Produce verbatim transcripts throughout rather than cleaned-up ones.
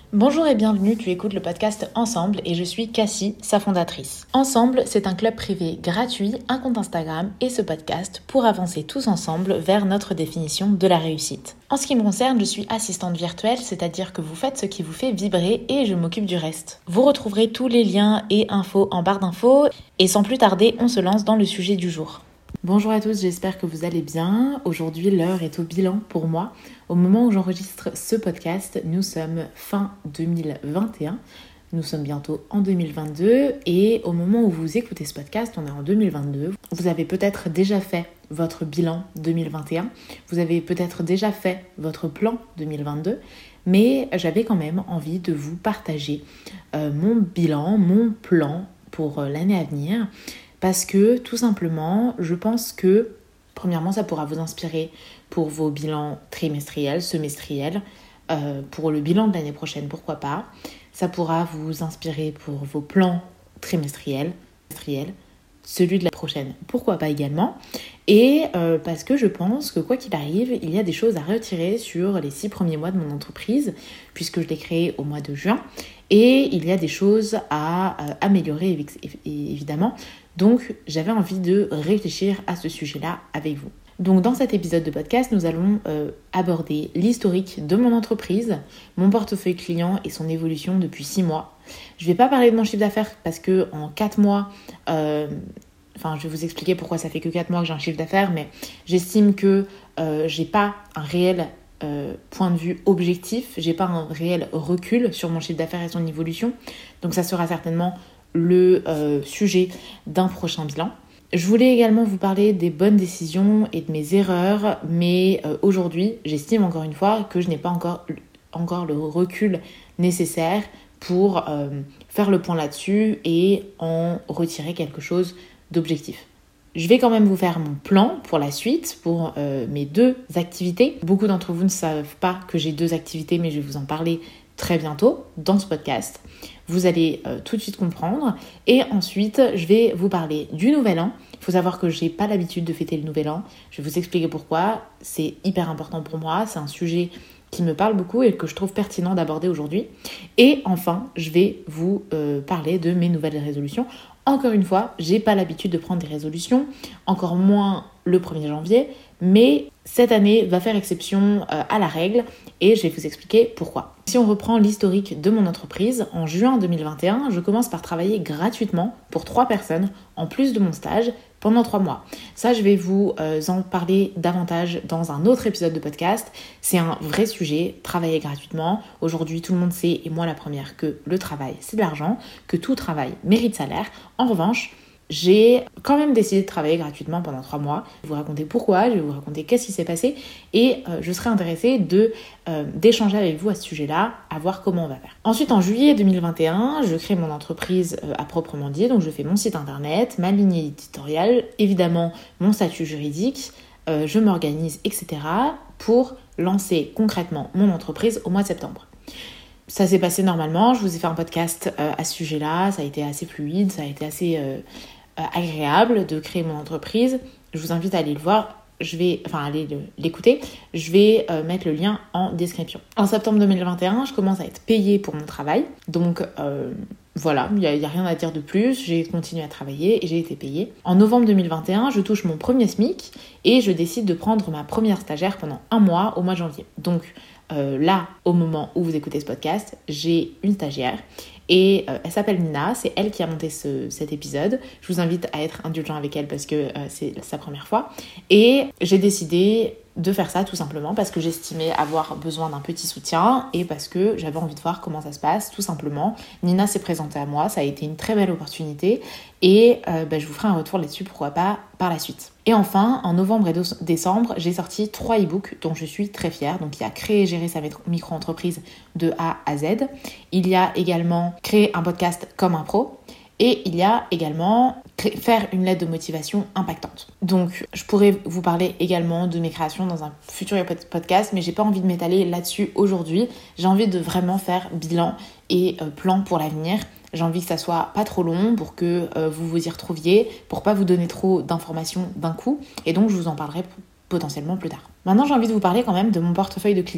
Bonjour et bienvenue, tu écoutes le podcast Ensemble et je suis Cassie, sa fondatrice. Ensemble, c'est un club privé gratuit, un compte Instagram et ce podcast pour avancer tous ensemble vers notre définition de la réussite. En ce qui me concerne, je suis assistante virtuelle, c'est-à-dire que vous faites ce qui vous fait vibrer et je m'occupe du reste. Vous retrouverez tous les liens et infos en barre d'infos et sans plus tarder, on se lance dans le sujet du jour. Bonjour à tous, j'espère que vous allez bien. Aujourd'hui, l'heure est au bilan pour moi. Au moment où j'enregistre ce podcast, nous sommes fin deux mille vingt et un. Nous sommes bientôt en deux mille vingt-deux et au moment où vous écoutez ce podcast, on est en deux mille vingt-deux. Vous avez peut-être déjà fait votre bilan deux mille vingt et un. Vous avez peut-être déjà fait votre plan deux mille vingt-deux. Mais j'avais quand même envie de vous partager euh, mon bilan, mon plan pour euh, l'année à venir. Parce que tout simplement, je pense que premièrement, ça pourra vous inspirer pour vos bilans trimestriels, semestriels, euh, pour le bilan de l'année prochaine, pourquoi pas. Ça pourra vous inspirer pour vos plans trimestriels, trimestriels, celui de la prochaine, pourquoi pas également. Et euh, parce que je pense que quoi qu'il arrive, il y a des choses à retirer sur les six premiers mois de mon entreprise, puisque je l'ai créée au mois de juin. Et il y a des choses à euh, améliorer, évidemment. Donc, j'avais envie de réfléchir à ce sujet-là avec vous. Donc, dans cet épisode de podcast, nous allons euh, aborder l'historique de mon entreprise, mon portefeuille client et son évolution depuis six mois. Je ne vais pas parler de mon chiffre d'affaires parce que en quatre mois, euh, enfin, je vais vous expliquer pourquoi ça fait que quatre mois que j'ai un chiffre d'affaires, mais j'estime que euh, j'ai pas un réel euh, point de vue objectif, j'ai pas un réel recul sur mon chiffre d'affaires et son évolution. Donc, ça sera certainement le euh, sujet d'un prochain bilan. Je voulais également vous parler des bonnes décisions et de mes erreurs, mais euh, aujourd'hui, j'estime encore une fois que je n'ai pas encore, encore le recul nécessaire pour euh, faire le point là-dessus et en retirer quelque chose d'objectif. Je vais quand même vous faire mon plan pour la suite, pour euh, mes deux activités. Beaucoup d'entre vous ne savent pas que j'ai deux activités, mais je vais vous en parler très bientôt dans ce podcast. Vous allez euh, tout de suite comprendre. Et ensuite, je vais vous parler du Nouvel An. Il faut savoir que je n'ai pas l'habitude de fêter le Nouvel An. Je vais vous expliquer pourquoi. C'est hyper important pour moi. C'est un sujet qui me parle beaucoup et que je trouve pertinent d'aborder aujourd'hui. Et enfin, je vais vous euh, parler de mes nouvelles résolutions. Encore une fois, je n'ai pas l'habitude de prendre des résolutions, encore moins le premier janvier, mais cette année va faire exception euh, à la règle et je vais vous expliquer pourquoi. Si on reprend l'historique de mon entreprise, en juin deux mille vingt et un, je commence par travailler gratuitement pour trois personnes en plus de mon stage pendant trois mois. Ça, je vais vous euh, en parler davantage dans un autre épisode de podcast. C'est un vrai sujet, travailler gratuitement. Aujourd'hui, tout le monde sait, et moi la première, que le travail, c'est de l'argent, que tout travail mérite salaire. En revanche, j'ai quand même décidé de travailler gratuitement pendant trois mois. Je vais vous raconter pourquoi, je vais vous raconter qu'est-ce qui s'est passé et euh, je serai intéressée de, euh, d'échanger avec vous à ce sujet-là, à voir comment on va faire. Ensuite, en juillet deux mille vingt et un, je crée mon entreprise euh, à proprement dit. Donc, je fais mon site internet, ma ligne éditoriale, évidemment mon statut juridique, euh, je m'organise, et cetera pour lancer concrètement mon entreprise au mois de septembre. Ça s'est passé normalement, je vous ai fait un podcast euh, à ce sujet-là, ça a été assez fluide, ça a été assez euh, euh, agréable de créer mon entreprise. Je vous invite à aller le voir, je vais, enfin aller le, l'écouter, je vais euh, mettre le lien en description. En septembre deux mille vingt et un, je commence à être payée pour mon travail, donc euh, voilà, il n'y a, a rien à dire de plus, j'ai continué à travailler et j'ai été payée. En novembre deux mille vingt et un, je touche mon premier SMIC et je décide de prendre ma première stagiaire pendant un mois au mois de janvier. Donc Euh, là, au moment où vous écoutez ce podcast, j'ai une stagiaire et euh, elle s'appelle Nina, c'est elle qui a monté ce, cet épisode. Je vous invite à être indulgent avec elle parce que euh, c'est sa première fois. Et j'ai décidé de faire ça tout simplement parce que j'estimais avoir besoin d'un petit soutien et parce que j'avais envie de voir comment ça se passe tout simplement. Nina s'est présentée à moi, ça a été une très belle opportunité et euh, bah, je vous ferai un retour là-dessus, pourquoi pas, par la suite. Et enfin, en novembre et décembre, j'ai sorti trois e-books dont je suis très fière. Donc il y a Créer et gérer sa micro-entreprise de A à Z. Il y a également Créer un podcast comme un pro. Et il y a également faire une lettre de motivation impactante. Donc, je pourrais vous parler également de mes créations dans un futur podcast, mais j'ai pas envie de m'étaler là-dessus aujourd'hui. J'ai envie de vraiment faire bilan et euh, plan pour l'avenir. J'ai envie que ça soit pas trop long pour que euh, vous vous y retrouviez, pour pas vous donner trop d'informations d'un coup. Et donc, je vous en parlerai potentiellement plus tard. Maintenant, j'ai envie de vous parler quand même de mon portefeuille de clients.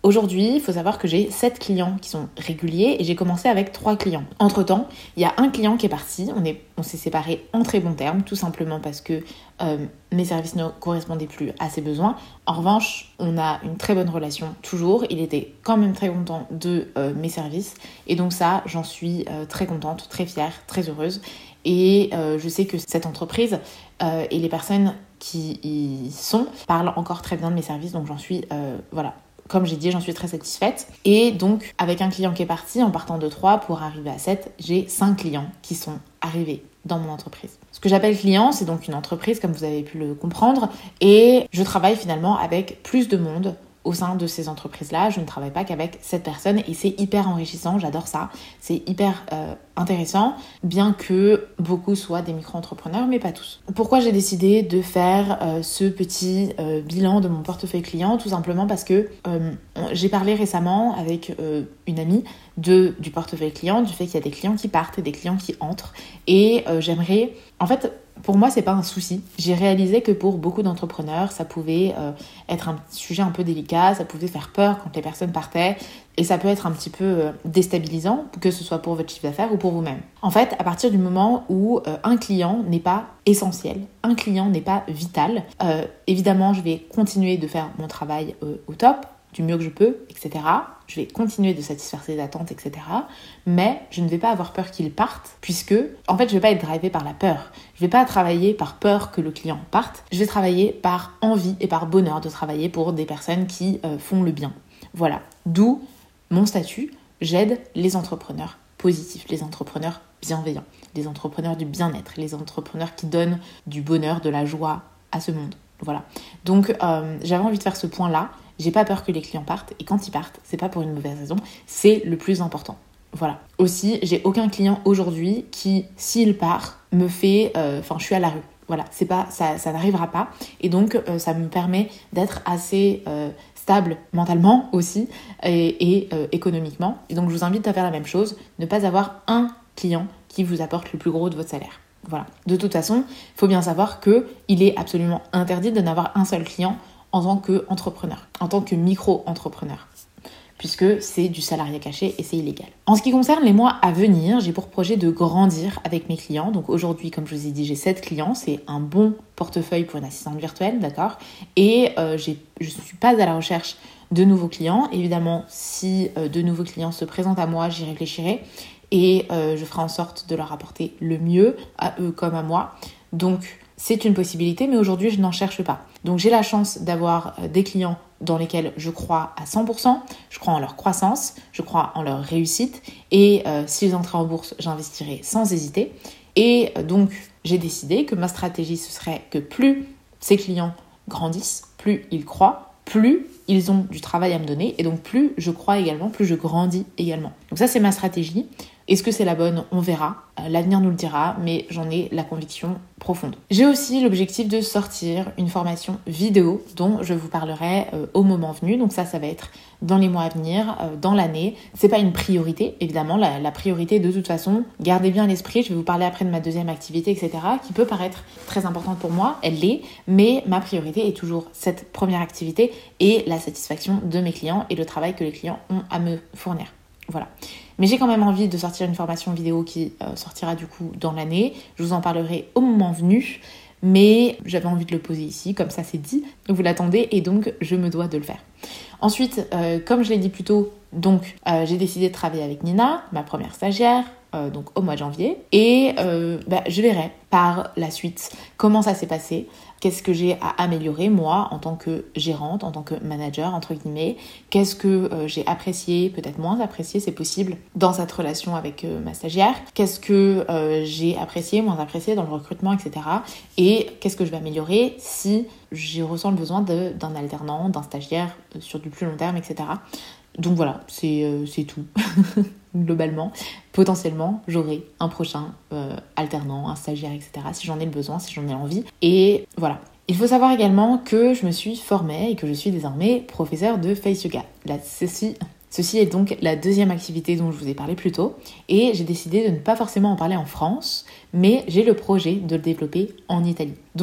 Aujourd'hui, il faut savoir que j'ai sept clients qui sont réguliers et j'ai commencé avec trois clients. Entre-temps, il y a un client qui est parti, on, est, on s'est séparés en très bons termes, tout simplement parce que euh, mes services ne correspondaient plus à ses besoins. En revanche, on a une très bonne relation toujours, il était quand même très content de euh, mes services et donc ça, j'en suis euh, très contente, très fière, très heureuse. Et euh, je sais que cette entreprise euh, et les personnes qui y sont parlent encore très bien de mes services, donc j'en suis, euh, voilà, comme j'ai dit, j'en suis très satisfaite. Et donc, avec un client qui est parti, en partant de trois pour arriver à sept, j'ai cinq clients qui sont arrivés dans mon entreprise. Ce que j'appelle client, c'est donc une entreprise, comme vous avez pu le comprendre, et je travaille finalement avec plus de monde au sein de ces entreprises-là. Je ne travaille pas qu'avec cette personne et c'est hyper enrichissant, j'adore ça. C'est hyper euh, intéressant, bien que beaucoup soient des micro-entrepreneurs, mais pas tous. Pourquoi j'ai décidé de faire euh, ce petit euh, bilan de mon portefeuille client? Tout simplement parce que euh, j'ai parlé récemment avec euh, une amie de, du portefeuille client, du fait qu'il y a des clients qui partent et des clients qui entrent. Et euh, j'aimerais... En fait, pour moi, c'est pas un souci. J'ai réalisé que pour beaucoup d'entrepreneurs, ça pouvait euh, être un sujet un peu délicat, ça pouvait faire peur quand les personnes partaient et ça peut être un petit peu euh, déstabilisant, que ce soit pour votre chiffre d'affaires ou pour vous-même. En fait, à partir du moment où euh, un client n'est pas essentiel, un client n'est pas vital, euh, évidemment, je vais continuer de faire mon travail euh, au top, du mieux que je peux, et cetera. Je vais continuer de satisfaire ses attentes, et cetera. Mais je ne vais pas avoir peur qu'il parte, puisque, en fait, je ne vais pas être drivée par la peur. Je ne vais pas travailler par peur que le client parte. Je vais travailler par envie et par bonheur de travailler pour des personnes qui euh, font le bien. Voilà. D'où mon statut. J'aide les entrepreneurs positifs, les entrepreneurs bienveillants, les entrepreneurs du bien-être, les entrepreneurs qui donnent du bonheur, de la joie à ce monde. Voilà. Donc, euh, j'avais envie de faire ce point-là. J'ai pas peur que les clients partent et quand ils partent, c'est pas pour une mauvaise raison, c'est le plus important. Voilà. Aussi, j'ai aucun client aujourd'hui qui, s'il part, me fait... Enfin, euh, je suis à la rue. Voilà. C'est pas, ça, ça n'arrivera pas. Et donc, euh, ça me permet d'être assez euh, stable mentalement aussi et, et euh, économiquement. Et donc, je vous invite à faire la même chose. Ne pas avoir un client qui vous apporte le plus gros de votre salaire. Voilà. De toute façon, il faut bien savoir qu'il est absolument interdit de n'avoir un seul client en tant qu'entrepreneur, en tant que micro-entrepreneur, puisque c'est du salariat caché et c'est illégal. En ce qui concerne les mois à venir, j'ai pour projet de grandir avec mes clients. Donc aujourd'hui, comme je vous ai dit, j'ai sept clients, c'est un bon portefeuille pour une assistante virtuelle, d'accord ? Et euh, j'ai, je ne suis pas à la recherche de nouveaux clients. Évidemment, si euh, de nouveaux clients se présentent à moi, j'y réfléchirai et euh, je ferai en sorte de leur apporter le mieux à eux comme à moi. Donc, c'est une possibilité, mais aujourd'hui, je n'en cherche pas. Donc, j'ai la chance d'avoir des clients dans lesquels je crois à cent pour cent, je crois en leur croissance, je crois en leur réussite, et euh, s'ils entraient en bourse, j'investirai sans hésiter. Et euh, donc, j'ai décidé que ma stratégie, ce serait que plus ces clients grandissent, plus ils croient, plus ils ont du travail à me donner, et donc plus je crois également, plus je grandis également. Donc ça, c'est ma stratégie. Est-ce que c'est la bonne? On verra. L'avenir nous le dira, mais j'en ai la conviction profonde. J'ai aussi l'objectif de sortir une formation vidéo dont je vous parlerai euh, au moment venu. Donc ça, ça va être dans les mois à venir, euh, dans l'année. C'est pas une priorité, évidemment. La, la priorité, de toute façon, gardez bien à l'esprit, je vais vous parler après de ma deuxième activité, et cetera, qui peut paraître très importante pour moi. Elle l'est, mais ma priorité est toujours cette première activité et la satisfaction de mes clients et le travail que les clients ont à me fournir. Voilà. Mais j'ai quand même envie de sortir une formation vidéo qui euh, sortira du coup dans l'année. Je vous en parlerai au moment venu, mais j'avais envie de le poser ici, comme ça c'est dit. Vous l'attendez et donc je me dois de le faire. Ensuite, euh, comme je l'ai dit plus tôt, donc euh, j'ai décidé de travailler avec Nina, ma première stagiaire, euh, donc au mois de janvier. Et euh, bah, je verrai par la suite comment ça s'est passé. Qu'est-ce que j'ai à améliorer, moi, en tant que gérante, en tant que manager, entre guillemets. Qu'est-ce que euh, j'ai apprécié, peut-être moins apprécié, c'est possible, dans cette relation avec euh, ma stagiaire. Qu'est-ce que euh, j'ai apprécié, moins apprécié dans le recrutement, et cetera. Et qu'est-ce que je vais améliorer si je ressens le besoin de, d'un alternant, d'un stagiaire euh, sur du plus long terme, et cetera. Donc voilà, c'est, euh, c'est tout, globalement. Potentiellement, j'aurai un prochain euh, alternant, un stagiaire, et cetera, si j'en ai le besoin, si j'en ai envie. Et voilà. Il faut savoir également que je me suis formée et que je suis désormais professeure de Face Yoga. Là, ceci, ceci est donc la deuxième activité dont je vous ai parlé plus tôt. Et j'ai décidé de ne pas forcément en parler en France, mais j'ai le projet de le développer en Italie. Donc,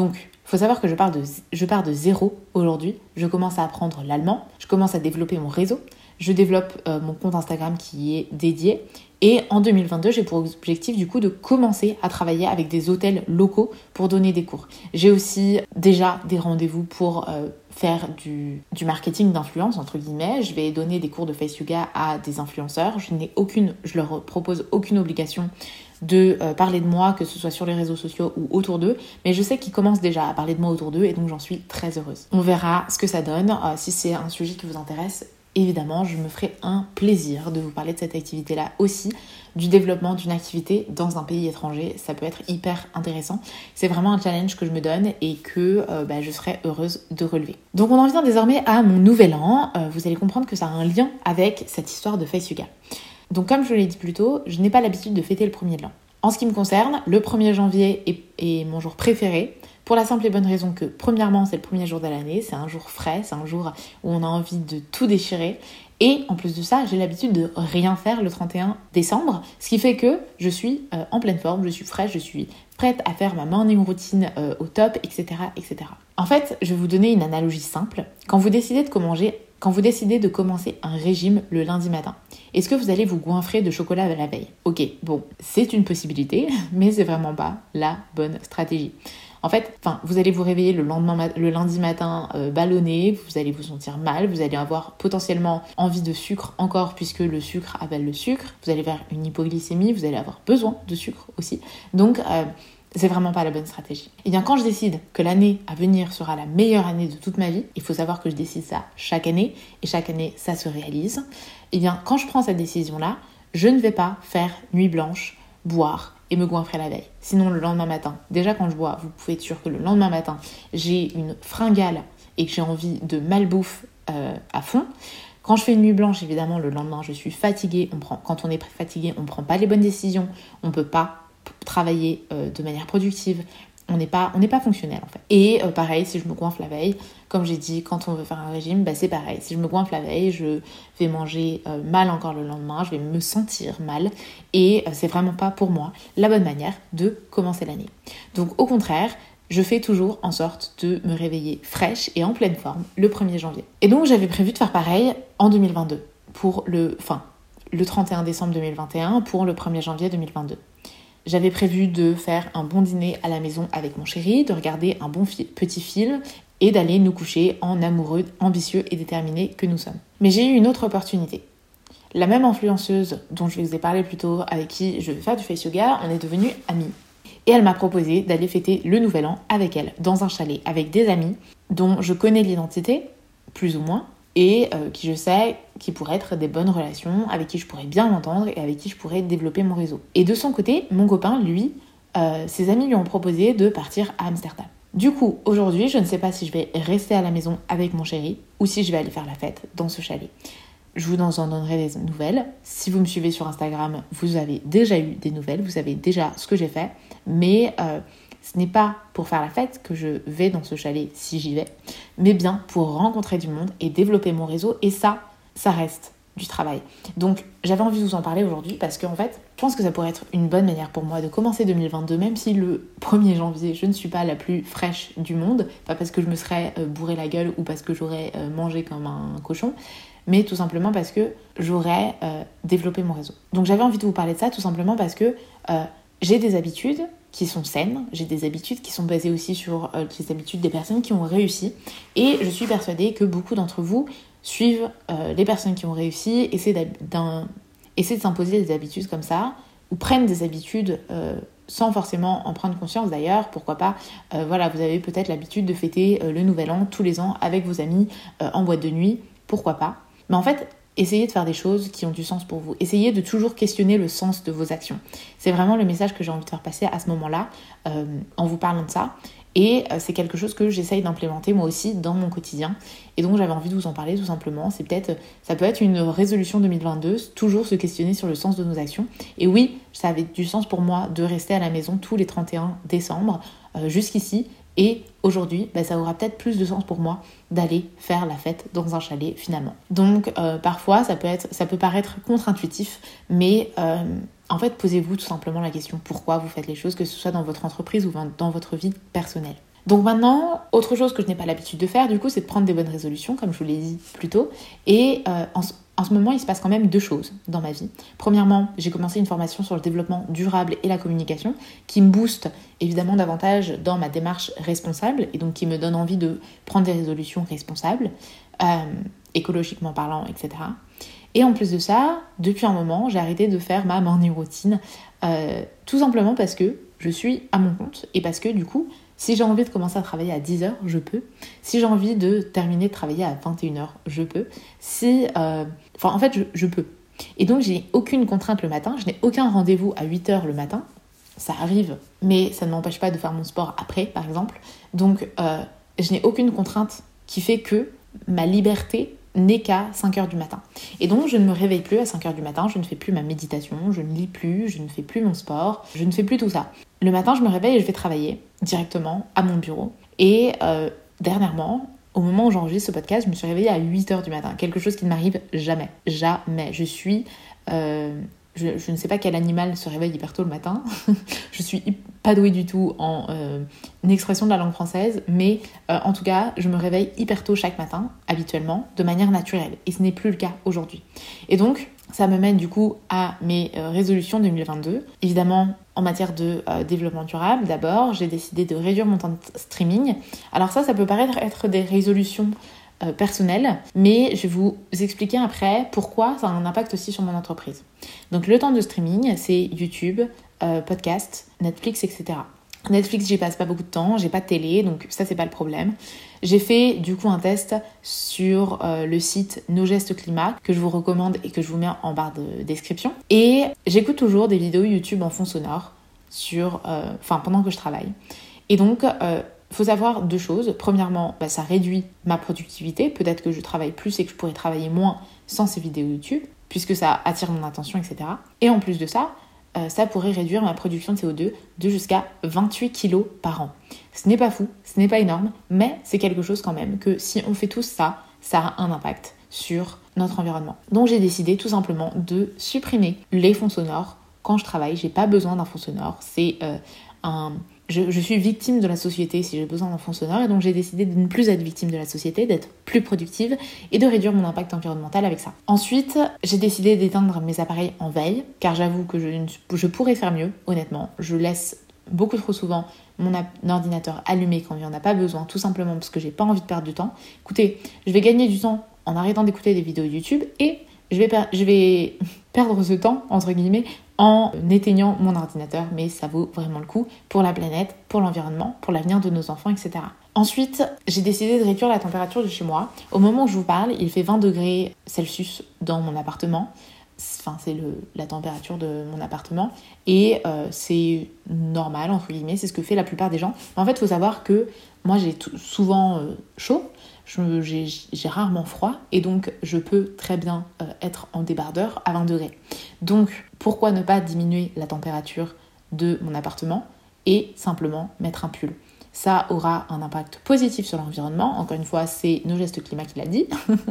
faut savoir que je pars de, je pars de zéro aujourd'hui. Je commence à apprendre l'allemand, je commence à développer mon réseau, je développe euh, mon compte Instagram qui est dédié. Et en deux mille vingt-deux, j'ai pour objectif du coup de commencer à travailler avec des hôtels locaux pour donner des cours. J'ai aussi déjà des rendez-vous pour euh, faire du, du marketing d'influence, entre guillemets. Je vais donner des cours de face yoga à des influenceurs. Je n'ai aucune, je leur propose aucune obligation de euh, parler de moi, que ce soit sur les réseaux sociaux ou autour d'eux. Mais je sais qu'ils commencent déjà à parler de moi autour d'eux et donc j'en suis très heureuse. On verra ce que ça donne. Euh, si c'est un sujet qui vous intéresse, évidemment, je me ferai un plaisir de vous parler de cette activité-là aussi, du développement d'une activité dans un pays étranger. Ça peut être hyper intéressant. C'est vraiment un challenge que je me donne et que euh, bah, je serai heureuse de relever. Donc on en vient désormais à mon nouvel an. Euh, vous allez comprendre que ça a un lien avec cette histoire de face yoga. Donc comme je vous l'ai dit plus tôt, je n'ai pas l'habitude de fêter le premier de l'an. En ce qui me concerne, le premier janvier est, est mon jour préféré. Pour la simple et bonne raison que, premièrement, c'est le premier jour de l'année, c'est un jour frais, c'est un jour où on a envie de tout déchirer. Et en plus de ça, j'ai l'habitude de rien faire le trente et un décembre, ce qui fait que je suis euh, en pleine forme, je suis fraîche, je suis prête à faire ma morning routine euh, au top, et cetera, et cetera. En fait, je vais vous donner une analogie simple. Quand vous décidez de commencer, quand vous décidez de commencer un régime le lundi matin, est-ce que vous allez vous goinfrer de chocolat la veille ? Ok, bon, c'est une possibilité, mais c'est vraiment pas la bonne stratégie. En fait, enfin, vous allez vous réveiller le lendemain, le lundi matin euh, ballonné, vous allez vous sentir mal, vous allez avoir potentiellement envie de sucre encore puisque le sucre appelle le sucre, vous allez faire une hypoglycémie, vous allez avoir besoin de sucre aussi. Donc, euh, c'est vraiment pas la bonne stratégie. Et bien, quand je décide que l'année à venir sera la meilleure année de toute ma vie, il faut savoir que je décide ça chaque année et chaque année, ça se réalise. Et bien, quand je prends cette décision-là, je ne vais pas faire nuit blanche, boire et me goinfrer la veille. Sinon, le lendemain matin, déjà quand je bois, vous pouvez être sûr que le lendemain matin, j'ai une fringale et que j'ai envie de malbouffe euh, à fond. Quand je fais une nuit blanche, évidemment, le lendemain, je suis fatiguée. On prend, quand on est fatigué, on ne prend pas les bonnes décisions. On ne peut pas travailler euh, de manière productive. On n'est pas, on n'est pas fonctionnel en fait. Et euh, pareil, si je me goinfre la veille, comme j'ai dit, quand on veut faire un régime, bah, c'est pareil. Si je me goinfre la veille, je vais manger euh, mal encore le lendemain, je vais me sentir mal. Et euh, c'est vraiment pas pour moi la bonne manière de commencer l'année. Donc au contraire, je fais toujours en sorte de me réveiller fraîche et en pleine forme le premier janvier. Et donc j'avais prévu de faire pareil en deux mille vingt-deux, pour le, enfin, le trente et un décembre deux mille vingt et un pour le premier janvier deux mille vingt-deux. J'avais prévu de faire un bon dîner à la maison avec mon chéri, de regarder un bon fi- petit film et d'aller nous coucher en amoureux, ambitieux et déterminés que nous sommes. Mais j'ai eu une autre opportunité. La même influenceuse dont je vous ai parlé plus tôt, avec qui je vais faire du face yoga, on est devenus amis. Et elle m'a proposé d'aller fêter le nouvel an avec elle, dans un chalet, avec des amis dont je connais l'identité, plus ou moins, et euh, qui je sais qui pourraient être des bonnes relations, avec qui je pourrais bien m'entendre et avec qui je pourrais développer mon réseau. Et de son côté, mon copain, lui, euh, ses amis lui ont proposé de partir à Amsterdam. Du coup, aujourd'hui, je ne sais pas si je vais rester à la maison avec mon chéri ou si je vais aller faire la fête dans ce chalet. Je vous en donnerai des nouvelles. Si vous me suivez sur Instagram, vous avez déjà eu des nouvelles, vous savez déjà ce que j'ai fait, mais euh, ce n'est pas pour faire la fête que je vais dans ce chalet si j'y vais, mais bien pour rencontrer du monde et développer mon réseau, et ça, ça reste du travail. Donc j'avais envie de vous en parler aujourd'hui parce qu'en fait, je pense que ça pourrait être une bonne manière pour moi de commencer deux mille vingt-deux, même si le premier janvier, je ne suis pas la plus fraîche du monde, pas parce que je me serais bourré la gueule ou parce que j'aurais mangé comme un cochon, mais tout simplement parce que j'aurais euh, développé mon réseau. Donc j'avais envie de vous parler de ça tout simplement parce que euh, j'ai des habitudes qui sont saines, j'ai des habitudes qui sont basées aussi sur euh, les habitudes des personnes qui ont réussi, et je suis persuadée que beaucoup d'entre vous suivent euh, les personnes qui ont réussi, essaient, essaient de s'imposer des habitudes comme ça, ou prennent des habitudes euh, sans forcément en prendre conscience d'ailleurs, pourquoi pas. Euh, voilà, vous avez peut-être l'habitude de fêter euh, le nouvel an tous les ans avec vos amis euh, en boîte de nuit, pourquoi pas. Mais en fait, essayez de faire des choses qui ont du sens pour vous. Essayez de toujours questionner le sens de vos actions. C'est vraiment le message que j'ai envie de faire passer à ce moment-là, euh, en vous parlant de ça. Et euh, c'est quelque chose que j'essaye d'implémenter moi aussi dans mon quotidien. Et donc j'avais envie de vous en parler tout simplement. C'est peut-être, ça peut être une résolution deux mille vingt-deux, toujours se questionner sur le sens de nos actions. Et oui, ça avait du sens pour moi de rester à la maison tous les trente et un décembre, euh, jusqu'ici. Et aujourd'hui, bah, ça aura peut-être plus de sens pour moi d'aller faire la fête dans un chalet finalement. Donc euh, parfois, ça peut être, ça peut paraître contre-intuitif, mais euh, en fait, posez-vous tout simplement la question pourquoi vous faites les choses, que ce soit dans votre entreprise ou dans votre vie personnelle. Donc maintenant, autre chose que je n'ai pas l'habitude de faire, du coup, c'est de prendre des bonnes résolutions, comme je vous l'ai dit plus tôt. Et euh, en, en ce moment, il se passe quand même deux choses dans ma vie. Premièrement, j'ai commencé une formation sur le développement durable et la communication qui me booste évidemment davantage dans ma démarche responsable et donc qui me donne envie de prendre des résolutions responsables, euh, écologiquement parlant, et cetera. Et en plus de ça, depuis un moment, j'ai arrêté de faire ma morning routine, euh, tout simplement parce que je suis à mon compte et parce que du coup, si j'ai envie de commencer à travailler à dix heures, je peux. Si j'ai envie de terminer de travailler à vingt et une heures, je peux. Si, euh... Enfin, en fait, je, je peux. Et donc, j'ai aucune contrainte le matin. Je n'ai aucun rendez-vous à huit heures le matin. Ça arrive, mais ça ne m'empêche pas de faire mon sport après, par exemple. Donc, euh, je n'ai aucune contrainte qui fait que ma liberté n'est qu'à cinq heures du matin. Et donc, je ne me réveille plus à cinq heures du matin, je ne fais plus ma méditation, je ne lis plus, je ne fais plus mon sport, je ne fais plus tout ça. Le matin, je me réveille et je vais travailler directement à mon bureau. Et euh, dernièrement, au moment où j'enregistre ce podcast, je me suis réveillée à huit heures du matin. Quelque chose qui ne m'arrive jamais. Jamais. Je suis... Euh, je, je ne sais pas quel animal se réveille hyper tôt le matin. Je suis pas douée du tout en euh, une expression de la langue française, mais euh, en tout cas, je me réveille hyper tôt chaque matin, habituellement, de manière naturelle. Et ce n'est plus le cas aujourd'hui. Et donc, ça me mène du coup à mes euh, résolutions deux mille vingt-deux. Évidemment, en matière de euh, développement durable, d'abord, j'ai décidé de réduire mon temps de streaming. Alors ça, ça peut paraître être des résolutions euh, personnelles, mais je vais vous expliquer après pourquoi ça a un impact aussi sur mon entreprise. Donc le temps de streaming, c'est YouTube, euh, podcast, Netflix, et cetera. Netflix, j'y passe pas beaucoup de temps, j'ai pas de télé, donc ça, c'est pas le problème. J'ai fait du coup un test sur euh, le site Nos Gestes Climat, que je vous recommande et que je vous mets en barre de description. Et j'écoute toujours des vidéos YouTube en fond sonore, sur, euh, enfin, pendant que je travaille. Et donc, euh, faut savoir deux choses. Premièrement, bah, ça réduit ma productivité. Peut-être que je travaille plus et que je pourrais travailler moins sans ces vidéos YouTube, puisque ça attire mon attention, et cetera. Et en plus de ça, Euh, ça pourrait réduire ma production de C O deux de jusqu'à vingt-huit kilos par an. Ce n'est pas fou, ce n'est pas énorme, mais c'est quelque chose quand même que si on fait tous ça, ça a un impact sur notre environnement. Donc j'ai décidé tout simplement de supprimer les fonds sonores quand je travaille. J'ai pas besoin d'un fond sonore, c'est euh, un... Je, je suis victime de la société si j'ai besoin d'un fond sonore et donc j'ai décidé de ne plus être victime de la société, d'être plus productive et de réduire mon impact environnemental avec ça. Ensuite, j'ai décidé d'éteindre mes appareils en veille car j'avoue que je, je pourrais faire mieux, honnêtement. Je laisse beaucoup trop souvent mon ordinateur allumé quand il n'y en a pas besoin, tout simplement parce que j'ai pas envie de perdre du temps. Écoutez, je vais gagner du temps en arrêtant d'écouter des vidéos YouTube et je vais, per- je vais perdre ce temps, entre guillemets, en éteignant mon ordinateur, mais ça vaut vraiment le coup pour la planète, pour l'environnement, pour l'avenir de nos enfants, et cetera. Ensuite, j'ai décidé de réduire la température de chez moi. Au moment où je vous parle, il fait vingt degrés Celsius dans mon appartement. Enfin, c'est le, la température de mon appartement. Et euh, c'est normal, entre guillemets, c'est ce que fait la plupart des gens. Mais en fait, il faut savoir que moi, j'ai tout, souvent euh, chaud. Je, j'ai, j'ai rarement froid et donc je peux très bien euh, être en débardeur à vingt degrés. Donc pourquoi ne pas diminuer la température de mon appartement et simplement mettre un pull? Ça aura un impact positif sur l'environnement. Encore une fois, c'est Nos Gestes Climat qui l'a dit.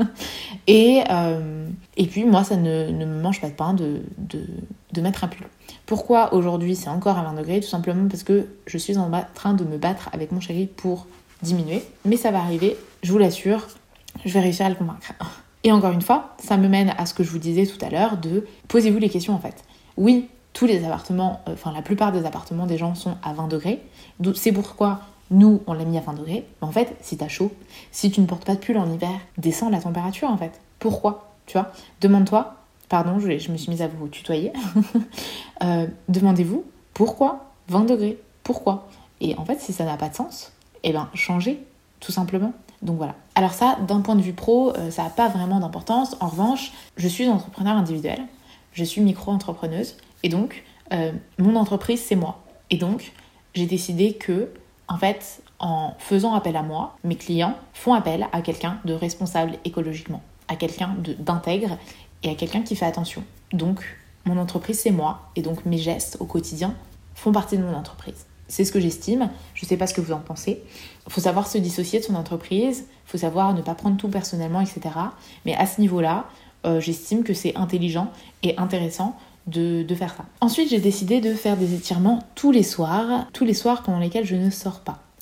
et, euh, et puis moi, ça ne, ne me mange pas de pain de, de, de mettre un pull. Pourquoi aujourd'hui c'est encore à vingt degrés? Tout simplement parce que je suis en train de me battre avec mon chéri pour diminuer, mais ça va arriver, je vous l'assure, je vais réussir à le convaincre. Et encore une fois, ça me mène à ce que je vous disais tout à l'heure de posez-vous les questions en fait. Oui, tous les appartements, euh, enfin la plupart des appartements des gens sont à vingt degrés, donc c'est pourquoi nous on l'a mis à vingt degrés, mais en fait si t'as chaud, si tu ne portes pas de pull en hiver, descends la température en fait. Pourquoi? Tu vois, demande-toi, pardon, je, je me suis mise à vous tutoyer, euh, demandez-vous pourquoi vingt degrés, pourquoi? Et en fait si ça n'a pas de sens, eh bien, changer, tout simplement. Donc voilà. Alors ça, d'un point de vue pro, euh, ça n'a pas vraiment d'importance. En revanche, je suis entrepreneur individuel, je suis micro-entrepreneuse, et donc, euh, mon entreprise, c'est moi. Et donc, j'ai décidé que, en fait, en faisant appel à moi, mes clients font appel à quelqu'un de responsable écologiquement, à quelqu'un de, d'intègre et à quelqu'un qui fait attention. Donc, mon entreprise, c'est moi, et donc mes gestes au quotidien font partie de mon entreprise. C'est ce que j'estime, je ne sais pas ce que vous en pensez. Il faut savoir se dissocier de son entreprise, il faut savoir ne pas prendre tout personnellement, et cetera. Mais à ce niveau-là, euh, j'estime que c'est intelligent et intéressant de, de faire ça. Ensuite, j'ai décidé de faire des étirements tous les soirs, tous les soirs pendant lesquels je ne sors pas.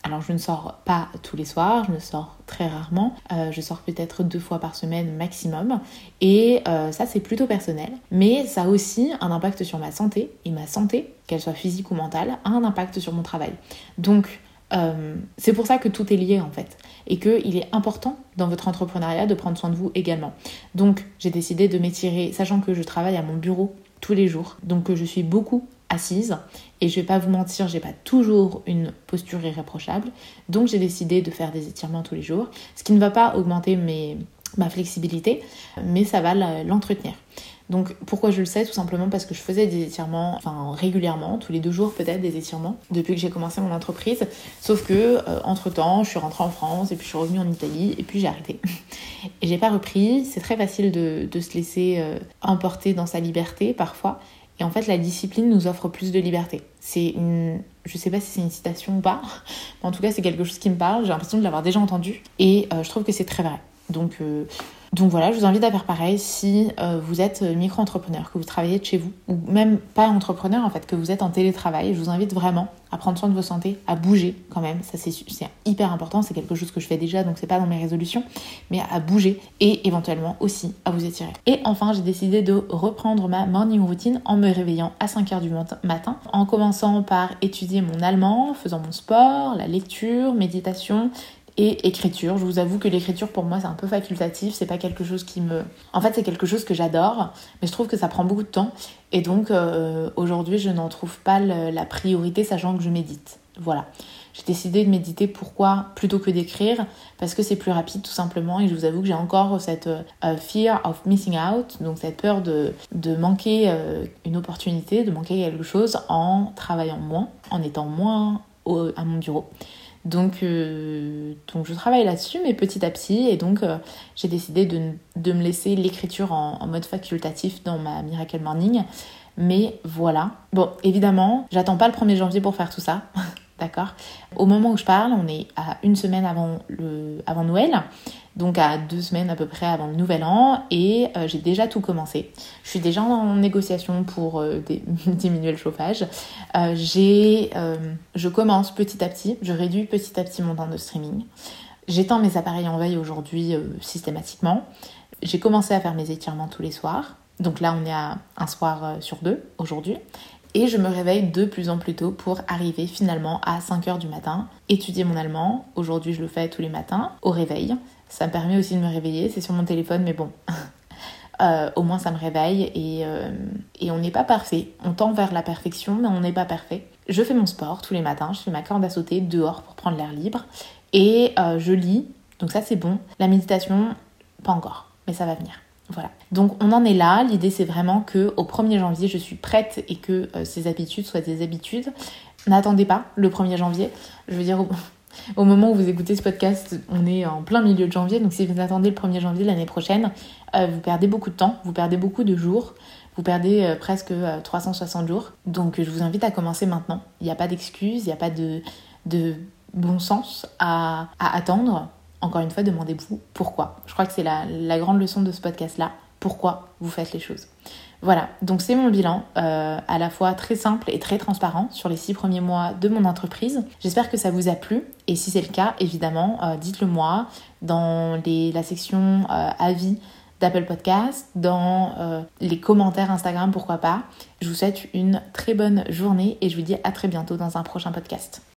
Alors je ne sors pas tous les soirs, je ne sors très rarement, euh, je sors peut-être deux fois par semaine maximum et euh, ça c'est plutôt personnel, mais ça a aussi un impact sur ma santé et ma santé, qu'elle soit physique ou mentale, a un impact sur mon travail. Donc euh, c'est pour ça que tout est lié en fait et qu'il est important dans votre entrepreneuriat de prendre soin de vous également. Donc j'ai décidé de m'étirer, sachant que je travaille à mon bureau tous les jours, donc que je suis beaucoup assise et je vais pas vous mentir, j'ai pas toujours une posture irréprochable, donc j'ai décidé de faire des étirements tous les jours, ce qui ne va pas augmenter mes, ma flexibilité, mais ça va l'entretenir. Donc pourquoi je le sais? Tout simplement parce que je faisais des étirements, enfin régulièrement, tous les deux jours peut-être des étirements, depuis que j'ai commencé mon entreprise, sauf que euh, entre temps je suis rentrée en France et puis je suis revenue en Italie et puis j'ai arrêté. Et j'ai pas repris. C'est très facile de, de se laisser euh, emporter dans sa liberté parfois. Et en fait, la discipline nous offre plus de liberté. C'est une... Je sais pas si c'est une citation ou pas, mais en tout cas, c'est quelque chose qui me parle. J'ai l'impression de l'avoir déjà entendu. Et euh, je trouve que c'est très vrai. Donc, euh... Donc voilà, je vous invite à faire pareil si euh, vous êtes micro-entrepreneur, que vous travaillez de chez vous, ou même pas entrepreneur en fait, que vous êtes en télétravail. Je vous invite vraiment à prendre soin de vos santé, à bouger quand même. Ça c'est, c'est hyper important, c'est quelque chose que je fais déjà, donc c'est pas dans mes résolutions, mais à bouger et éventuellement aussi à vous étirer. Et enfin, j'ai décidé de reprendre ma morning routine en me réveillant à cinq heures du matin, en commençant par étudier mon allemand, faisant mon sport, la lecture, méditation, et écriture. Je vous avoue que l'écriture pour moi c'est un peu facultatif, c'est pas quelque chose qui me... En fait c'est quelque chose que j'adore, mais je trouve que ça prend beaucoup de temps et donc euh, aujourd'hui je n'en trouve pas le, la priorité sachant que je médite. Voilà. J'ai décidé de méditer, pourquoi plutôt que d'écrire? Parce que c'est plus rapide tout simplement et je vous avoue que j'ai encore cette euh, fear of missing out, donc cette peur de, de manquer euh, une opportunité, de manquer quelque chose en travaillant moins, en étant moins au, à mon bureau. Donc, euh, donc je travaille là-dessus, mais petit à petit, et donc euh, j'ai décidé de, de me laisser l'écriture en, en mode facultatif dans ma Miracle Morning. Mais voilà. Bon, évidemment, j'attends pas le premier janvier pour faire tout ça, d'accord? Au moment où je parle, on est à une semaine avant, le, avant Noël, donc à deux semaines à peu près avant le Nouvel An, et euh, j'ai déjà tout commencé. Je suis déjà en négociation pour euh, des, diminuer le chauffage. Euh, j'ai, euh, je commence petit à petit, je réduis petit à petit mon temps de streaming. J'éteins mes appareils en veille aujourd'hui euh, systématiquement. J'ai commencé à faire mes étirements tous les soirs. Donc là, on est à un soir euh, sur deux aujourd'hui. Et je me réveille de plus en plus tôt pour arriver finalement à cinq heures du matin, étudier mon allemand. Aujourd'hui, je le fais tous les matins au réveil. Ça me permet aussi de me réveiller. C'est sur mon téléphone, mais bon, euh, au moins ça me réveille. Et, euh, et on n'est pas parfait. On tend vers la perfection, mais on n'est pas parfait. Je fais mon sport tous les matins. Je fais ma corde à sauter dehors pour prendre l'air libre. Et euh, je lis. Donc ça, c'est bon. La méditation, pas encore, mais ça va venir. Voilà. Donc on en est là. L'idée c'est vraiment qu'au premier janvier je suis prête et que euh, ces habitudes soient des habitudes. N'attendez pas le premier janvier. Je veux dire au, au moment où vous écoutez ce podcast, on est en plein milieu de janvier. Donc si vous attendez le premier janvier l'année prochaine, euh, vous perdez beaucoup de temps, vous perdez beaucoup de jours, vous perdez euh, presque euh, trois cent soixante jours. Donc je vous invite à commencer maintenant. Il n'y a pas d'excuses, il n'y a pas de, de bon sens à, à attendre. Encore une fois, demandez-vous pourquoi. Je crois que c'est la, la grande leçon de ce podcast-là. Pourquoi vous faites les choses. Voilà, donc c'est mon bilan, euh, à la fois très simple et très transparent sur les six premiers mois de mon entreprise. J'espère que ça vous a plu. Et si c'est le cas, évidemment, euh, dites-le moi dans les, la section euh, avis d'Apple Podcast, dans euh, les commentaires Instagram, pourquoi pas. Je vous souhaite une très bonne journée et je vous dis à très bientôt dans un prochain podcast.